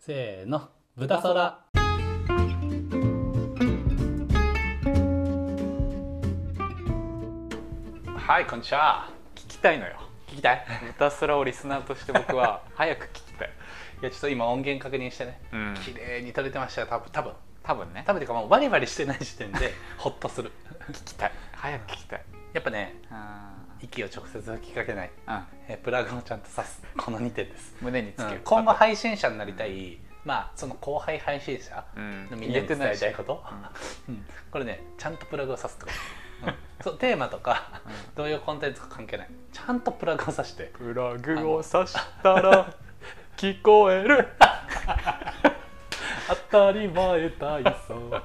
せーの、豚そら。はい、こんにちは。 聞きたいのよ。 聞きたい？ 豚そらをリスナーとして僕は早く聞きたい。 いや、ちょっと今音源確認してね、綺麗に撮れてましたよ。多分ね。多分っていうか、もうバリバリしてない時点でホッとする。 聞きたい。早く聞きたい。 やっぱね、息を直接吹きかけない、プラグをちゃんと刺す、この2点です。 胸につける。 今後配信者になりたい、その後輩配信者のみんなに伝えたいこと、これね、ちゃんとプラグを刺すってこと、そう、テーマとか、どういうコンテンツか関係ない、ちゃんとプラグを刺して、 プラグを刺したら聞こえる当たり前体操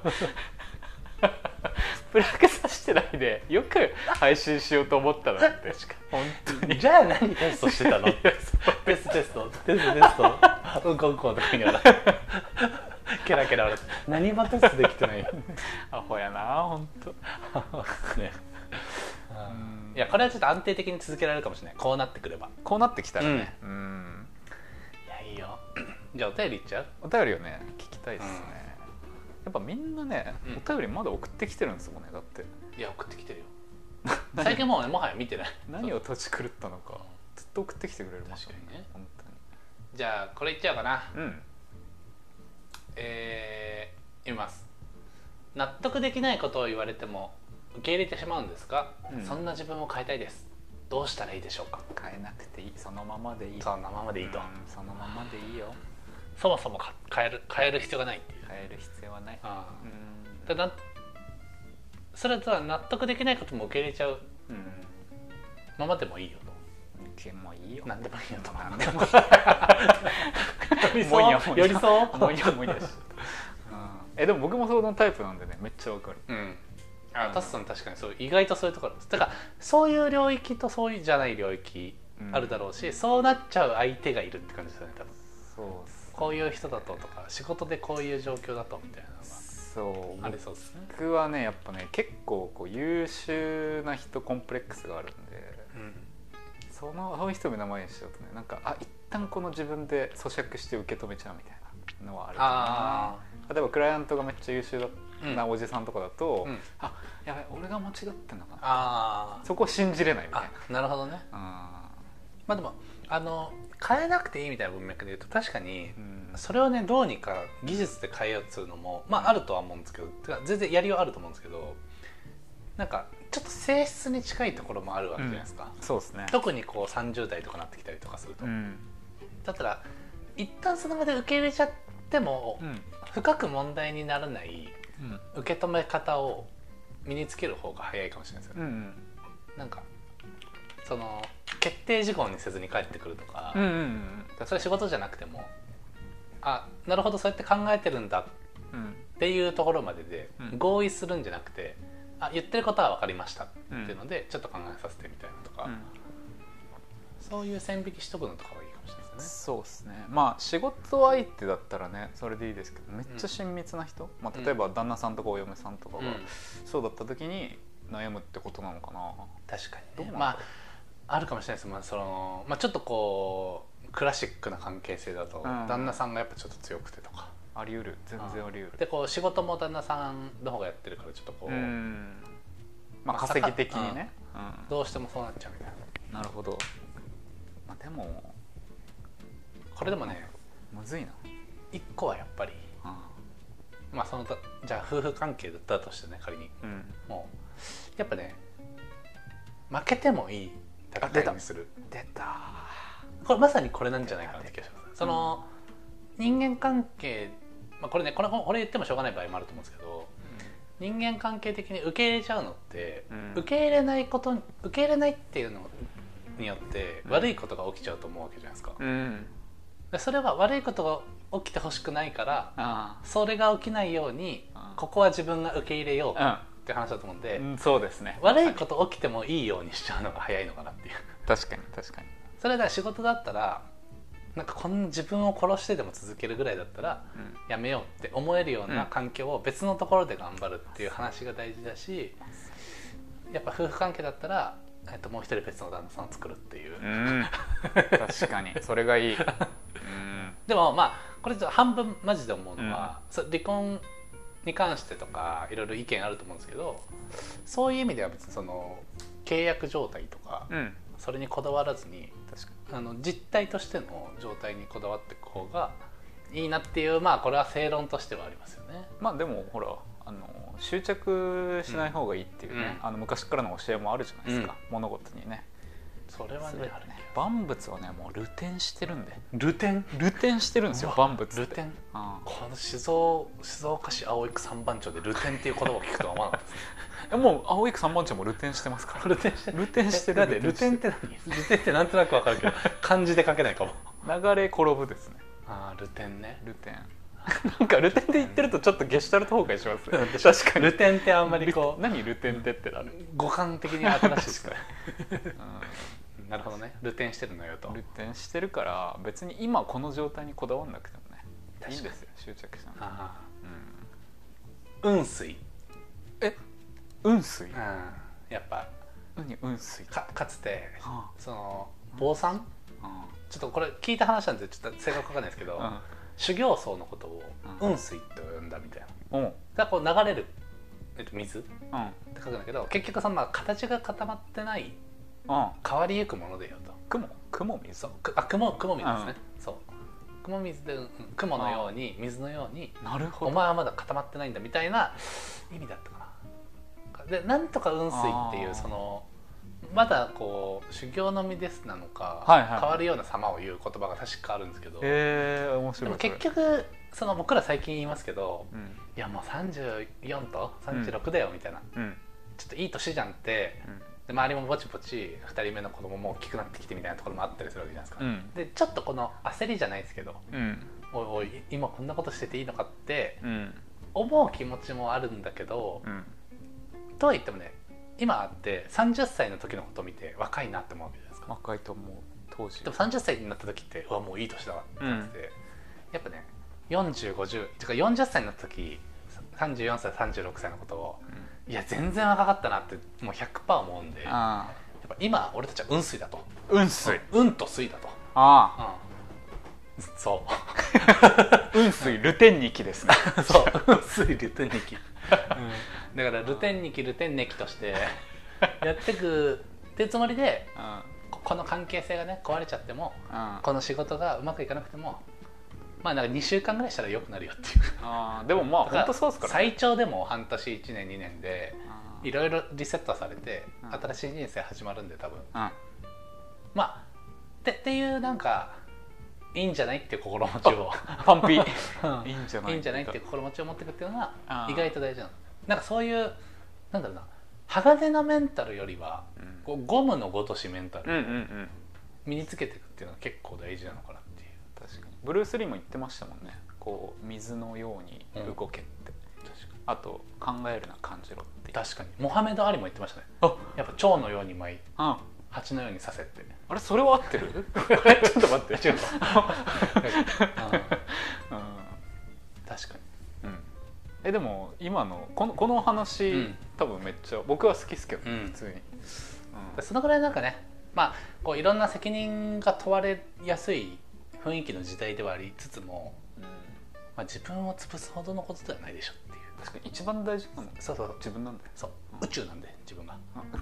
プラグ刺してないでよく配信しようと思ったのって本当に。 じゃあ何テストしてたの？テストうんこうんことか言いながらケラケラ笑って、何もテストできてないアホやな本当ね。いや、これはちょっと安定的に続けられるかもしれない。こうなってくれば、 こうなってきたらね。 いや、いいよ。じゃあお便りいっちゃう？ お便りをね聞きたいですね。やっぱみんなね、お便りまだ送ってきてるんですもんね。だって。 いや、送ってきてるよ最近もうね、もはや見てない。 何を土地狂ったのかずっと送ってきてくれる。 確かにね。 本当に。 じゃあこれいっちゃおうかな。読みます。納得できないことを言われても受け入れてしまうんですが、そんな自分を変えたいです。どうしたらいいでしょうか？ 変えなくていい。そのままでいい。 そのままでいいと。 そのままでいいよ。 そもそも変える必要がないっていう。 変える必要はない。 それとは納得できないことも受け入れちゃうままでもいいよと。 受けもいいよ。 何でもいいよと。 何でもいいよ。寄り添う。 もういいよもういいよ。でも僕もそのタイプなんでね、めっちゃわかる。 タスさん確かにそう、意外とそういうところです。だからそういう領域とそういうじゃない領域あるだろうし、そうなっちゃう相手がいるって感じですよね、多分。 そうっす。 こういう人だととか、仕事でこういう状況だとみたいなのがそうありそうですね。 僕はね、やっぱね、結構こう優秀な人コンプレックスがあるんで、そういう人を目の前にしようとね、なんか一旦この自分で咀嚼して受け止めちゃうみたいなのはあるかな。例えばクライアントがめっちゃ優秀なおじさんとかだと、やばい、俺が間違ってんのかな、そこを信じれないみたいな。 なるほどね。でも変えなくていいみたいな文脈で言うと、確かにそれをね、どうにか技術で変えようとするのもあるとは思うんですけど、全然やりようあると思うんですけど、なんかちょっと性質に近いところもあるわけじゃないですか。 そうですね。 特にこう30代とかなってきたりとかすると、だったら一旦その場で受け入れちゃっても、深く問題にならない受け止め方を身につける方が早いかもしれないですよね。なんかその決定事項にせずに帰ってくるとか、それ仕事じゃなくても、なるほど、そうやって考えてるんだっていうところまでで合意するんじゃなくて、言ってることは分かりましたっていうのでちょっと考えさせてみたいなとか、そういう線引きしとくのとかはいいかもしれないですね。 そうですね。仕事相手だったらね、それでいいですけど、めっちゃ親密な人、例えば旦那さんとかお嫁さんとかがそうだった時に悩むってことなのかな。 確かにね。あるかもしれないです。ちょっとこうクラシックな関係性だと、旦那さんがやっぱちょっと強くてとか、 あり得る。全然あり得る。 でこう仕事も旦那さんの方がやってるから、ちょっとこう稼ぎ的にね、 どうしてもそうなっちゃうみたいな。 なるほど。でもこれでもね、 むずいな。 一個はやっぱり、じゃあ夫婦関係だったとしてね、仮に、もうやっぱね、負けてもいい戦いにする。 出た。 これまさにこれなんじゃないかなって気がします。その人間関係、これ言ってもしょうがない場合もあると思うんですけど、人間関係的に受け入れちゃうのって、受け入れないっていうのによって悪いことが起きちゃうと思うわけじゃないですか。でそれは悪いことが起きてほしくないから、それが起きないようにここは自分が受け入れようって話だと思うんで、 そうですね。 悪いこと起きてもいいようにしちゃうのが早いのかなっていう。 確かに確かに。 それで仕事だったら、なんかこんな自分を殺してでも続けるぐらいだったら、やめようって思えるような環境を別のところで頑張るっていう話が大事だし、やっぱ夫婦関係だったら、もう一人別の旦那さんを作るっていう、 確かにそれがいい。 でもこれ半分マジで思うのは、離婚に関してとかいろいろ意見あると思うんですけど、そういう意味では別にその契約状態とか、それにこだわらずに実態としての状態にこだわっていく方がいいなっていう、まあこれは正論としてはありますよね。 まあでもほら執着しない方がいいっていうね、昔からの教えもあるじゃないですか、物事にね。 それはねあるね。 万物はねもう流転してるんで。 流転してるんですよ万物って。 流転、この静岡市葵区三番町で流転っていう言葉を聞くとは思わなかったですもう葵区三番町も流転してますから。流転してる。 だって流転って何？流転ってなんとなくわかるけど漢字で書けないかも。 流れ転ぶですね。 流転ね。 流転なんかルテンって言ってるとちょっとゲシュタルト崩壊しますね。確かにルテンってあんまりこう何ルテンってってなる、 五感的に新しいですかね。なるほどね。ルテンしてるのよと。 ルテンしてるから別に今この状態にこだわらなくてもねいいんですよ。執着しなくて。 雲水。 雲水。 やっぱ何雲水。 かつてその坊さん、ちょっとこれ聞いた話なんでちょっと正確わかんないですけど、修行僧のことを雲水って呼んだみたいな。だからこう流れる水って書くんだけど、結局その形が固まってない変わりゆくものでよと。 雲水。 そう、雲水ですね。そう。雲水で雲のように水のように。 なるほど。 お前はまだ固まってないんだみたいな意味だったかな。でなんとか雲水っていうそのまだこう修行の身ですなのか、変わるような様を言う言葉が確かあるんですけど、 面白い。 でも結局その僕ら最近言いますけど、いやもう34と36だよみたいな、ちょっといい年じゃんって、で周りもぼちぼち2人目の子供も大きくなってきてみたいなところもあったりするわけじゃないですか、でちょっとこの焦りじゃないですけど、おい今こんなことしてていいのかって思う気持ちもあるんだけど、とは言ってもね今あって30歳の時のことを見て若いなって思うわけじゃないですか。 若いと思う当時。 でも30歳になった時ってもういい年だわってなって、やっぱね4050てか40歳になった時34歳36歳のことを、いや全然若かったなってもう 100% 思うんで、やっぱ今俺たちは雲水だと。 雲水。 雲と水だと。そう雲水ルテンニキですね。 そう雲水ルテンニキ。だからルテンニキルテンネキとしてやってくっていうつもりで、この関係性がね壊れちゃっても、この仕事がうまくいかなくてもまあなんか2週間ぐらいしたら良くなるよっていう。 でもまあ本当そうですから、 最長でも半年1年2年でいろいろリセットされて新しい人生始まるんで多分、まあっていうなんかいいんじゃないっていう心持ちをパンピいいんじゃないっていう心持ちを持っていくっていうのが意外と大事なの。なんかそういうなんだろうな、鋼のメンタルよりは、ゴムのごとしメンタルを身につけていくっていうのは結構大事なのかなっていう。 確かにブルース・リーも言ってましたもんね。こう水のように動けって、あと考えるな感じろって。 確かにモハメド・アリも言ってましたね。やっぱ蝶のように舞い、蜂のようにさせって。 あれそれは合ってる？ちょっと待って、違うか。 確かに。 でも今のこの話、多分めっちゃ僕は好きですけど、普通に、 そのぐらいなんかね、まあこういろんな責任が問われやすい雰囲気の時代ではありつつも、まあ、自分を潰すほどのことではないでしょっていう。 確かに一番大事なのそう自分なんだよ。 そう、宇宙なんで自分が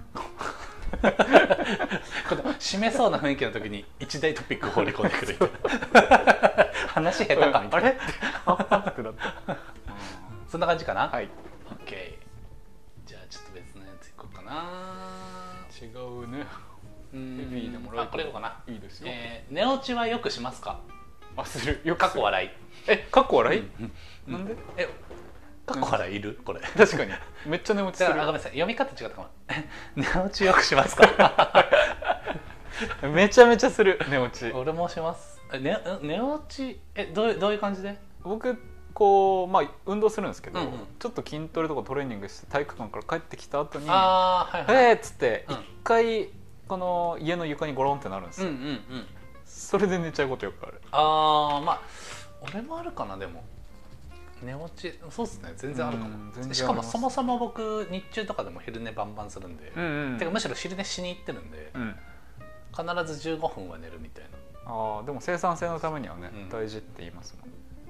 この締めそうな雰囲気の時に一大トピック放り込んでくる話下手かみたいな。あれってなったそんな感じかな。はい。OK。じゃあちょっと別のやついこうかな。 違うね。ヘビーでもらう。 これいこうかな。 いいですよ。 寝落ちはよくしますか？ する。よく。 かっこ笑い。 かっこ笑い？なんで？ かっこ笑いいる？これ。 確かに。めっちゃ寝落ちする。 ごめんなさい。読み方違ったかも。寝落ちよくしますか？ めちゃめちゃする寝落ち。 俺もします。寝落ちどういう感じで？ 僕こう運動するんですけど、ちょっと筋トレとかトレーニングして体育館から帰ってきた後にっつって一回この家の床にゴロンってなるんですよ。それで寝ちゃうことよくある。 まあ俺もあるかな。でも寝落ちそうっすね、全然あるかも。しかもそもそも僕日中とかでも昼寝バンバンするんで、てかむしろ昼寝しに行ってるんで、必ず15分は寝るみたいな。 でも生産性のためにはね、大事って言いますもん。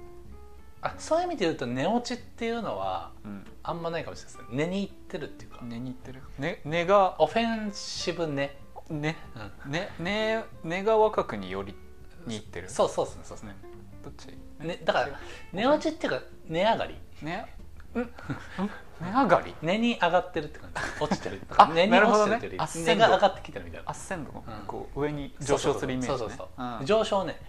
そういう意味で言うと寝落ちっていうのはあんまないかもしれないですね。寝に行ってるっていうか、 寝に行ってる、寝がオフェンシブね、 寝が若くによりに行ってる。 そうですね、そうですね。 どっち？ ね、だから寝落ちっていうか寝上がり、 寝上がり、 寝に上がってるって感じ。落ちてる。寝になるほどね。 落ちてるっていうより寝が上がってきてるみたいな。 アッセンドのこう上に上昇するイメージね。 そう上昇ね。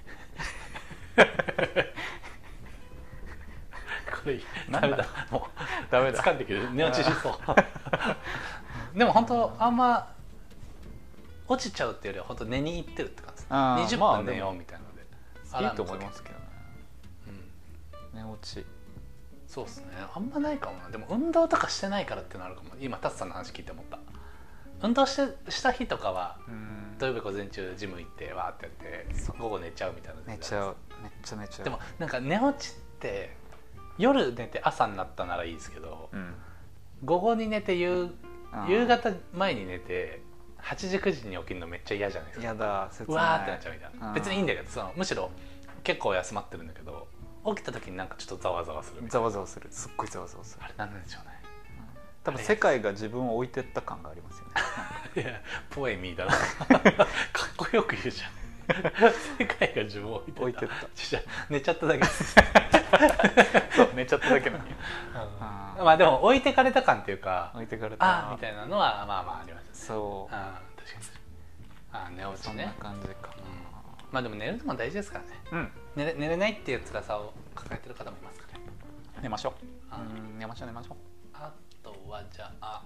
これダメだ、もうダメだ、掴んできる、寝落ちしそう。でも本当あんま落ちちゃうっていうよりは本当寝に行ってるって感じです。20分寝ようみたいなのでいいと思いますけどね。寝落ちそうですね、あんまないかもな。でも運動とかしてないからってなるかも。今タツさんの話聞いて思った。運動した日とかは土曜日午前中ジム行ってわーってやって午後寝ちゃうみたいな。 寝ちゃう、めっちゃ寝ちゃう。 でもなんか寝落ちって夜寝て朝になったならいいですけど、午後に寝て夕方前に寝て8時9時に起きるのめっちゃ嫌じゃないですか。 嫌だ、 うわーってなっちゃうみたいな。別にいいんだけど、むしろ結構休まってるんだけど、起きた時になんかちょっとざわざわするみたいな。 ざわざわする、すっごいざわざわする。 あれなんでしょうね。 多分世界が自分を置いてった感がありますよね。 いや、ポエミーだな。かっこよく言うじゃん。世界が自分を置いてった。寝ちゃっただけです。 そう寝ちゃっただけなのに。 まあでも置いてかれた感っていうか、 置いてかれたみたいなのはまあまあありましたね。 そう。 確かに。寝落ちね。そんな感じか。 まあでも寝るのも大事ですからね。寝れないっていう辛さを抱えてる方もいますから。 寝ましょう。寝ましょう。 あとはじゃあ、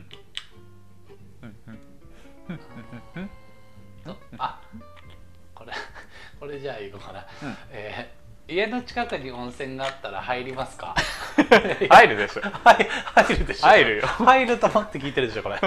これじゃあいこうかな。家の近くに温泉があったら入りますか？ 入るでしょ。 入るでしょ。 入るよ。 入ると思って聞いてるでしょこれ。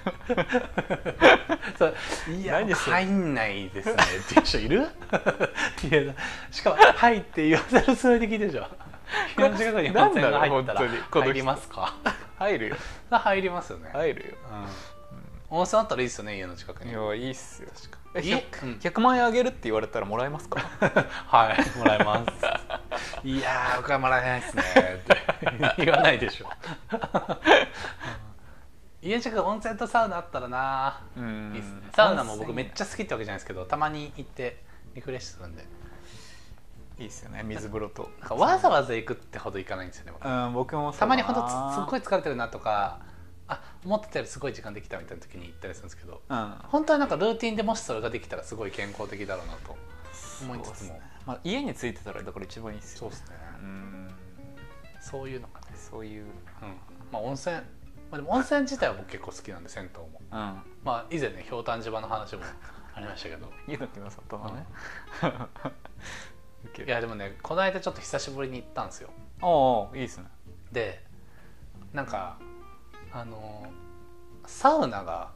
いや入んないですねっていう人いる？いやしかも入って言わせるつもりで聞いてるでしょ。家の近くに温泉が入ったら入りますか？ 入るよ。 入りますよね。 入るよ。 温泉あったらいいっすよね、家の近くに。 いや、いいっすよ。100万円あげるって言われたらもらえますか？ はい、もらえます。いやー、僕はもらえないですねって言わないでしょ。家近く温泉とサウナあったらな、いいっすね。サウナも僕めっちゃ好きってわけじゃないですけど、たまに行ってリフレッシュするんでいいっすよね、水風呂と。 なんかわざわざ行くってほど行かないんですよね。 僕もたまにほんとすっごい疲れてるなとか、思ってたよりすごい時間できたみたいな時に行ったりするんですけど、本当はなんかルーティンでもしそれができたらすごい健康的だろうなと思いつつも、 家についてたらだから一番いいっすよ。 そうですね。そういうのかね。 そういう、 温泉、でも温泉自体は僕結構好きなんで、銭湯も、以前ねひょうたん島の話もありましたけど、 猪木の里のね。 いやでもね、この間ちょっと久しぶりに行ったんですよ。 いいっすね。 でなんかサウナが、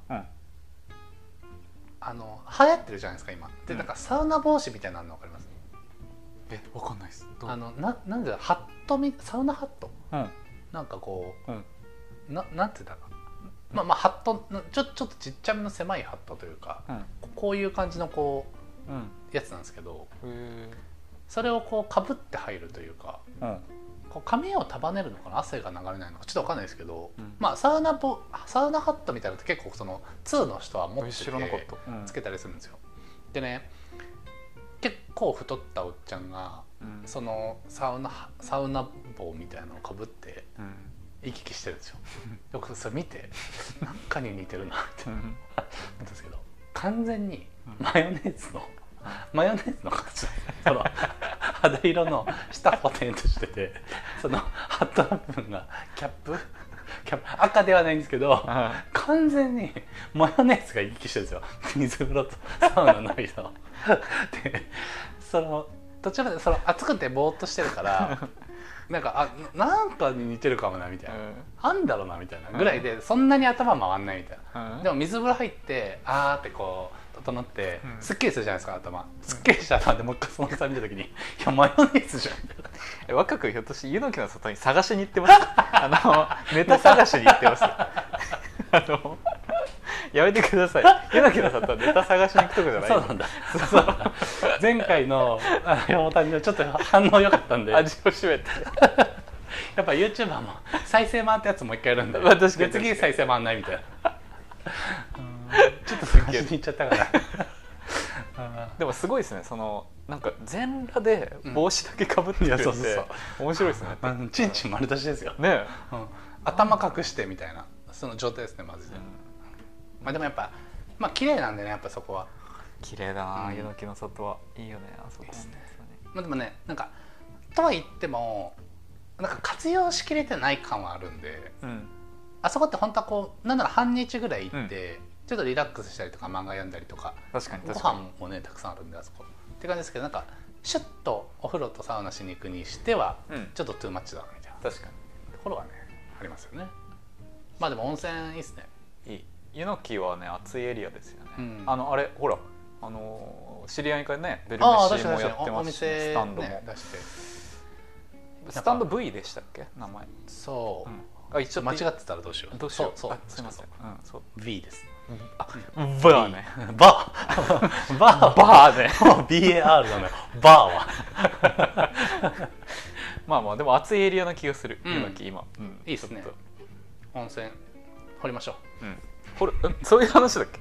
流行ってるじゃないですか今で。なんかサウナ帽子みたいなの分かります？ 分かんないです。 なんでハットサウナハット、なんかこう、なんて言うんだろう、ハットちょっとちっちゃめの狭いハットというか、こういう感じのこう、やつなんですけど、それをこうかぶって入るというか、こう髪を束ねるのかな、汗が流れないのかちょっと分かんないですけど、サウナハットみたいなのって結構その2の人は持っててつけたりするんですよ。でね、結構太ったおっちゃんが、そのサウナ帽みたいなのをかぶって行き来してるんですよ。よくそれ見てなんかに似てるなって思ったんですけど、完全にマヨネーズの形、その肌色の下ポテンとしてて、そのハットの部分がキャップ赤ではないんですけど、完全にマヨネーズが行き来してるんですよ、水風呂とサウナの間を。でその途中まで暑くてぼーっとしてるからなんかに似てるかもなみたいな、なんだろうなみたいなぐらいで、そんなに頭回んないみたいな。でも水風呂入ってってこう整ってすっきりするじゃないですか、頭すっきりした頭でもう一回その差見た時に、いやマヨネーズじゃんみたいな。 若くひょっとして猪木の里に探しに行ってますネタ探しに行ってますやめてください。猪木の里はネタ探しに行くとこじゃない。 そうなんだ。 前回の大谷のちょっと反応良かったんで味を占めてやっぱ YouTuber も再生回ったやつもう一回やるんで、 まあ確かに次再生回んないみたいなちょっと先に行っちゃったからでもすごいですね、そのなんか全裸で帽子だけかぶってるって面白いですね。 チンチン丸出しですよね、 頭隠してみたいなその状態ですねマジで。まあでもやっぱまあ綺麗なんでね、やっぱそこは綺麗だな、湯の木の里はいいよね、あそこですね。 まあでもね、なんかとは言ってもなんか活用しきれてない感はあるんで、あそこって本当はこうなんなら半日ぐらい行って、ちょっとリラックスしたりとか漫画読んだりとか、 確かにご飯もねたくさんあるんであそこって感じですけど、なんかシュッとお風呂とサウナしに行くにしては、ちょっとトゥーマッチだなみたいな確かにところはねありますよね。まあでも温泉いいっすね。 いい。湯の木はね暑いエリアですよね。あれほら知り合いからねベルメシもやってますし、スタンドも出して、スタンド V でしたっけ名前。 そう、 あ一応間違ってたらどうしよう。 そうすみません。 そう V です。 バーね。 バーね。BAR だね。バーは。 まあまあでも暑いエリアな気がする。湯の木今。 いいですね。温泉掘りましょう。そういう話だっけ。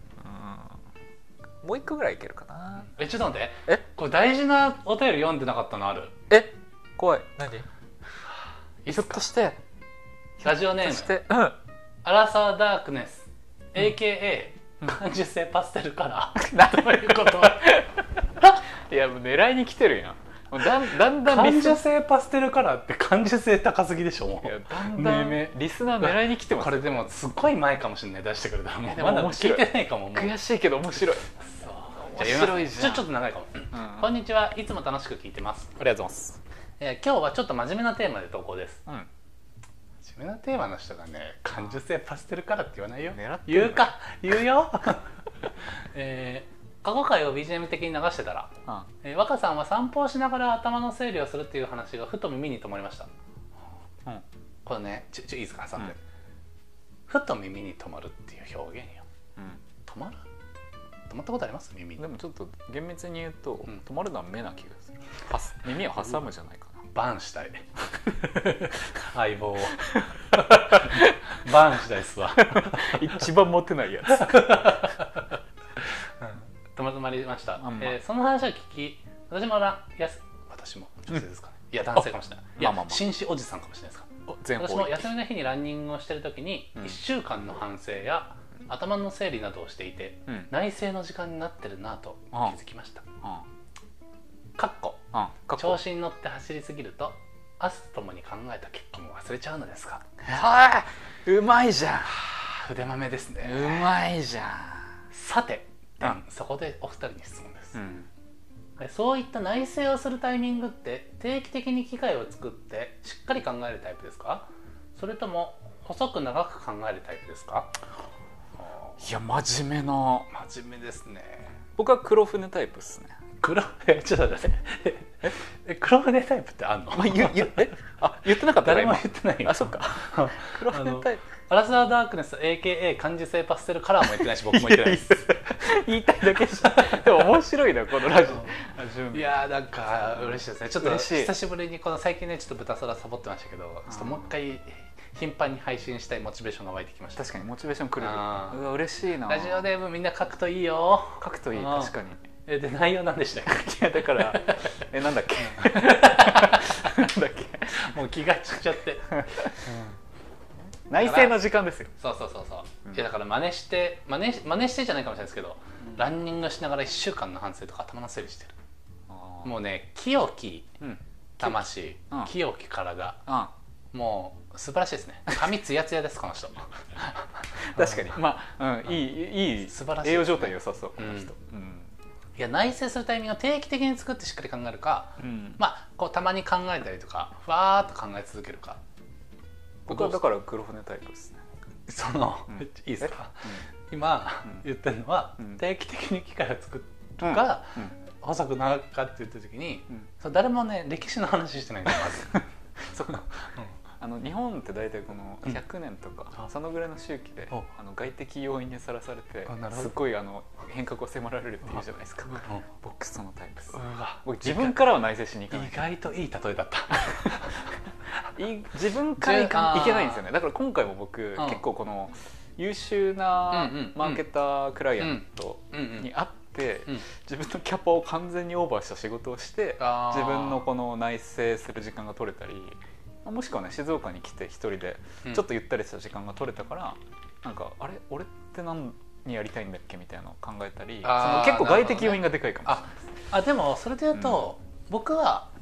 もう一個ぐらいいけるかな。 ちょっと待って。これ大事なお便り読んでなかったのある。 怖い。何？ひょっとしてラジオネームアラサーダークネス AKA 感受性パステルカラーどういうこといやもう狙いに来てるやん。だんだん感受性パステルカラーって感受性高すぎでしょ。もうだんだんリスナー狙いに来てます。 これでもすっごい前かもしれない出してくれたら。もうまだ聞いてないかも。 悔しいけど面白い。 面白いじゃん。ちょっと長いかも。こんにちは、いつも楽しく聞いてます。 ありがとうございます。 今日はちょっと真面目なテーマで投稿です。真面目なテーマの人がね感受性パステルカラーって言わないよ。言うよ過去回を BGM 的に流してたら、若さんは散歩をしながら頭の整理をするっていう話がふと耳に止まりました。これねいいですか、挟んで、ふと耳に止まるっていう表現よ。止まったことあります？耳に。 でもちょっと厳密に言うと、止まるのは目な気がする。耳を挟むじゃないかな。 バンしたい相棒をバンしたいっすわ一番モテないやつ止まりました。その話を聞き、私も女性ですかね。いや男性かもしれない。いや紳士おじさんかもしれないですか。私も休みの日にランニングをしてる時に1週間の反省や頭の整理などをしていて、内省の時間になってるなと気づきました。調子に乗って走りすぎると明日ともに考えた結果も忘れちゃうのですが。 うまいじゃん。 筆豆ですね。 うまいじゃん。 さて、そこでお二人に質問です。そういった内省をするタイミングって定期的に機会を作ってしっかり考えるタイプですか、それとも細く長く考えるタイプですか？ いや真面目ですね。 僕は黒船タイプですね。 ちょっと待って黒船タイプってあんの？ 言ってなかった。 誰も言ってないよ。 そっか。黒船タイプ。 アラサーダークネス AKA 感受性パステルカラーも言ってないし、僕も言ってないです。 言いたいだけでしょ。でも面白いなこのラジオ。 いやなんか嬉しいですね。ちょっと久しぶりに最近ねちょっと豚皿サボってましたけど、ちょっともう一回頻繁に配信したいモチベーションが湧いてきました。 確かにモチベーションくる。うわ嬉しいな。 ラジオネームみんな書くといいよ。 書くといい。確かに。 で内容なんでしたっけ？ いやだからなんだっけもう気が散っちゃって内省の時間ですよ。 そう、いやだから真似してじゃないかもしれないですけど、ランニングしながら1週間の反省とか頭の整理してる。もうね清き魂、清き体、もう素晴らしいですね。髪ツヤツヤですこの人。 確かにまあいい素晴らしい栄養状態良さそうこの人。 いや内省するタイミングを定期的に作ってしっかり考えるか、こうたまに考えたりとかふわーっと考え続けるか。 僕はだから黒船タイプですね。 いいですか？今言ってるのは定期的に機会を作るか細く長くかって言った時に誰もね歴史の話してないんだよまず。 日本って大体この100年とか、そのぐらいの周期で外的要因にさらされてすごい変革を迫られるっていうじゃないですか。僕そのタイプです。僕自分からは内省しに行かない。 意外といい例えだった自分からいけないんですよね。だから今回も僕結構この優秀なマーケタークライアントに会って自分のキャパを完全にオーバーした仕事をして自分のこの内省する時間が取れたり、もしくはね静岡に来て一人でちょっとゆったりした時間が取れたから、なんかあれ俺って何やりたいんだっけみたいなのを考えたり、結構外的要因がでかいかもしれないです。 でもそれで言うと、僕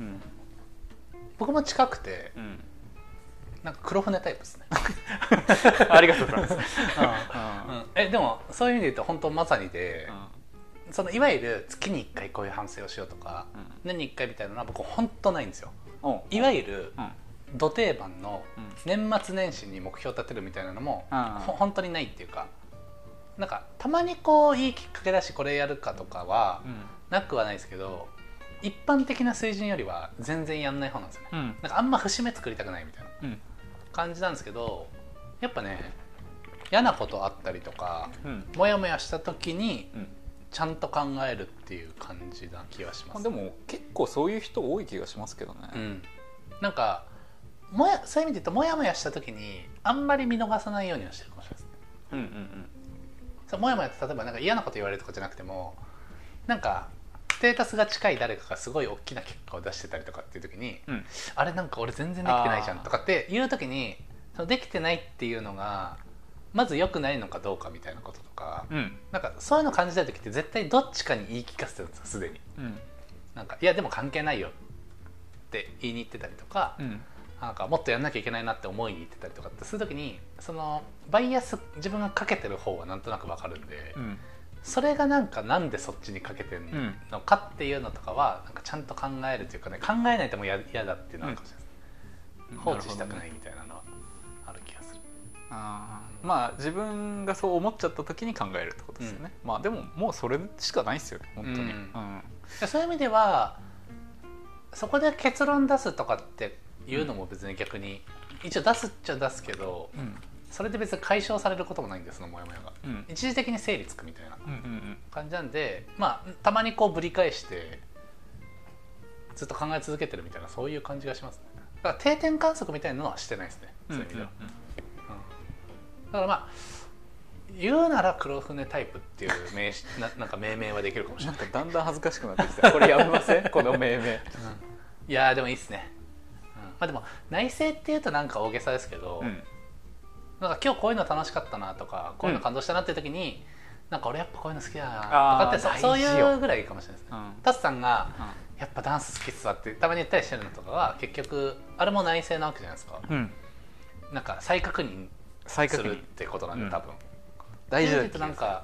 も近くて、なんか黒船タイプですねありがとうございますでもそういう意味で言うと本当まさにで、そのいわゆる月に1回こういう反省をしようとか、年に1回みたいなのは僕本当ないんですよ。いわゆるど定番の年末年始に目標を立てるみたいなのも本当にないっていうか、なんかたまにこういいきっかけだしこれやるかとかはなくはないですけど、一般的な水準よりは全然やんない方なんですよね。なんかあんま節目作りたくないみたいな感じなんですけど、やっぱね嫌なことあったりとか、モヤモヤした時にちゃんと考えるっていう感じな気がします。 でも結構そういう人多い気がしますけどね。 なんかそういう意味で言うとモヤモヤした時にあんまり見逃さないようにはしてるかもしれないですね。モヤモヤって例えばなんか嫌なこと言われるとかじゃなくても、なんかステータスが近い誰かがすごい大きな結果を出してたりとかっていう時に、あれなんか俺全然できてないじゃんとかっていう時に、そのできてないっていうのがまず良くないのかどうかみたいなこととか、なんかそういうの感じたい時って絶対どっちかに言い聞かせてるんですよすでに。なんかいやでも関係ないよって言いに行ってたりとか、なんかもっとやんなきゃいけないなって思いに行ってたりとかってする時に、そのバイアス自分がかけてる方はなんとなく分かるんで、それがなんでそっちにかけてるのかっていうのとかはなんかちゃんと考えるというかね、考えないとも嫌だっていうのはあるかもしれないですね。放置したくないみたいなのはある気がする。 まあ自分がそう思っちゃった時に考えるってことですよね。まあでももうそれしかないですよね本当に。 そういう意味ではそこで結論出すとかっていうのも別に逆に一応出すっちゃ出すけど、それで別に解消されることもないんです、そのモヤモヤが。一時的に整理つくみたいな感じなんで、まあたまにこうぶり返してずっと考え続けてるみたいな、そういう感じがしますね。だから定点観測みたいなのはしてないですね、そういう意味では。だからまあ言うなら黒船タイプっていうなんか命名はできるかもしれない。 なんかだんだん恥ずかしくなってきた。これやめませんこの命名。 いやでもいいっすね。まあでも内省っていうとなんか大げさですけど、なんか今日こういうの楽しかったなとかこういうの感動したなっていう時に、なんか俺やっぱこういうの好きだなとかってそういうぐらいかもしれないですね。タツさんがやっぱダンス好きっすわってたまに言ったりしてるのとかは結局あれも内省なわけじゃないですか。なんか再確認するってことなんで多分大事だってなんか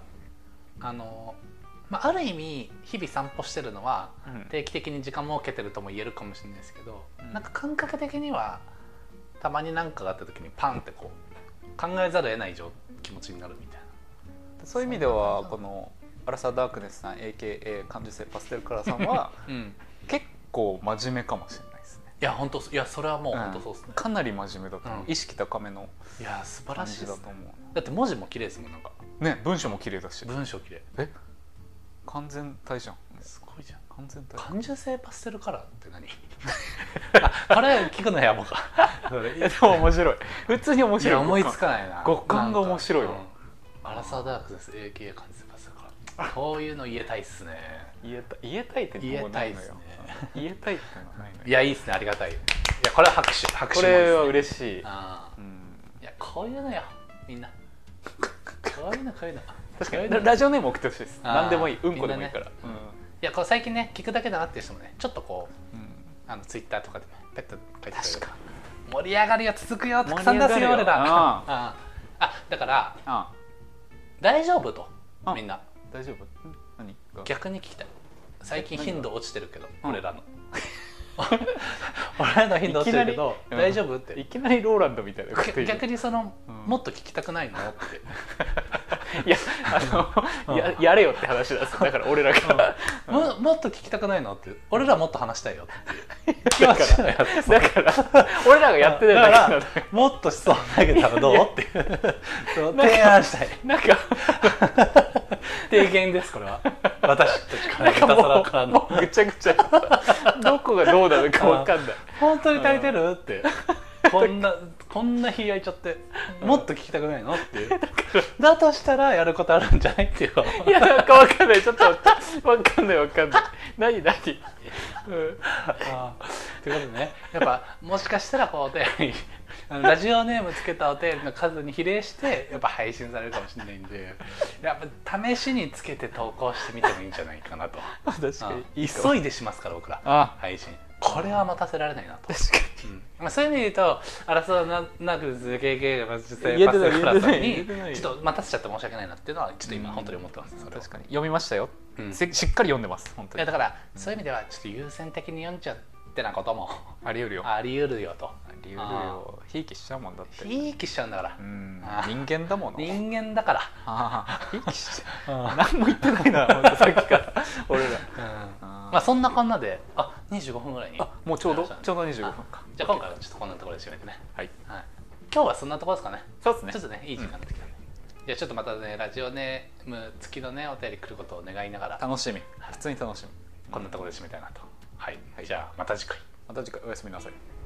ある意味日々散歩してるのは定期的に時間設けてるとも言えるかもしれないですけど、なんか感覚的にはたまに何かがあった時にパンってこう考えざるを得ない気持ちになるみたいな。 そういう意味ではこのアラサーダークネスさん AKA 感受性パステルカラーさんは結構真面目かもしれないですね。 いや本当、いやそれはもう本当そうですね。 かなり真面目だと思う。意識高めのいや素晴らしいだと思う。 だって文字も綺麗ですもん。なんかね、文章も綺麗だし。 文章綺麗。 完全体じゃん。 すごいじゃん。 完全体。 感受性パステルカラーって何？これ聞くのやぼか。 でも面白い。普通に面白い。 思いつかないな。 五感が面白いわ。 アラサーダークです。AKA 感受性パステルカラー。こういうの言えたいっすね。 言えたいって言えたいっすね。言えたいってのはないのよ。 いやいいっすね、ありがたい。いやこれは拍手。 これは嬉しい。いやこういうのよみんな。こういうの。 確かにラジオネーム送ってほしいです。何でもいい、うんこでもいいから。いやこれ最近ね聞くだけだなっていう人もねちょっとこうツイッターとかでねペッと書いてくれる。盛り上がりは続くよ、たくさん出すよ俺ら。だから大丈夫とみんな大丈夫？何？ 逆に聞きたい。最近頻度落ちてるけど俺らの俺らの頻度落ちてるけど大丈夫っていきなりローランドみたいな。 逆にそのもっと聞きたくないのっていややれよって話だから俺らが、 もっと聞きたくないのって俺らもっと話したいよっていう気持ちのやつだから俺らがやってないだけなんだもっと質問投げたらどうっていう提案したいなんか提言ですこれは私たちからもうぐちゃぐちゃどこがどうなのか分かんない本当に足りてるってこんな日焼いちゃってもっと聞きたくないのっていうだとしたらやることあるんじゃないっていういやなんか分かんないちょっと分かんない何ということでねやっぱもしかしたらこうお便りラジオネームつけたお便りの数に比例してやっぱ配信されるかもしれないんでやっぱ試しにつけて投稿してみてもいいんじゃないかなと確かに急いでしますから僕ら配信これは待たせられないなと確かに、 そういう意味で言うと争わなく続けが実際パスクラさんにちょっと待たせちゃって申し訳ないなっていうのはちょっと今本当に思ってます。 確かに読みましたよ、しっかり読んでます本当に。 だからそういう意味ではちょっと優先的に読んじゃってなこともあり得るよとあり得るよひいきしちゃうもんだってひいきしちゃうんだから人間だもの人間だからひいきしちゃう何も言ってないな本当さっきから俺らまあそんなこんなで25分ぐらいにもうちょうど25分か。 じゃあ今回はちょっとこんなところで締めてね。 はい今日はそんなところですかね。 そうですねちょっとねいい時間になってきたんでじゃあちょっとまたねラジオネーム付きのねお便り来ることを願いながら楽しみ普通に楽しみこんなところで締めたいなと。はいじゃあまた次回おやすみなさい。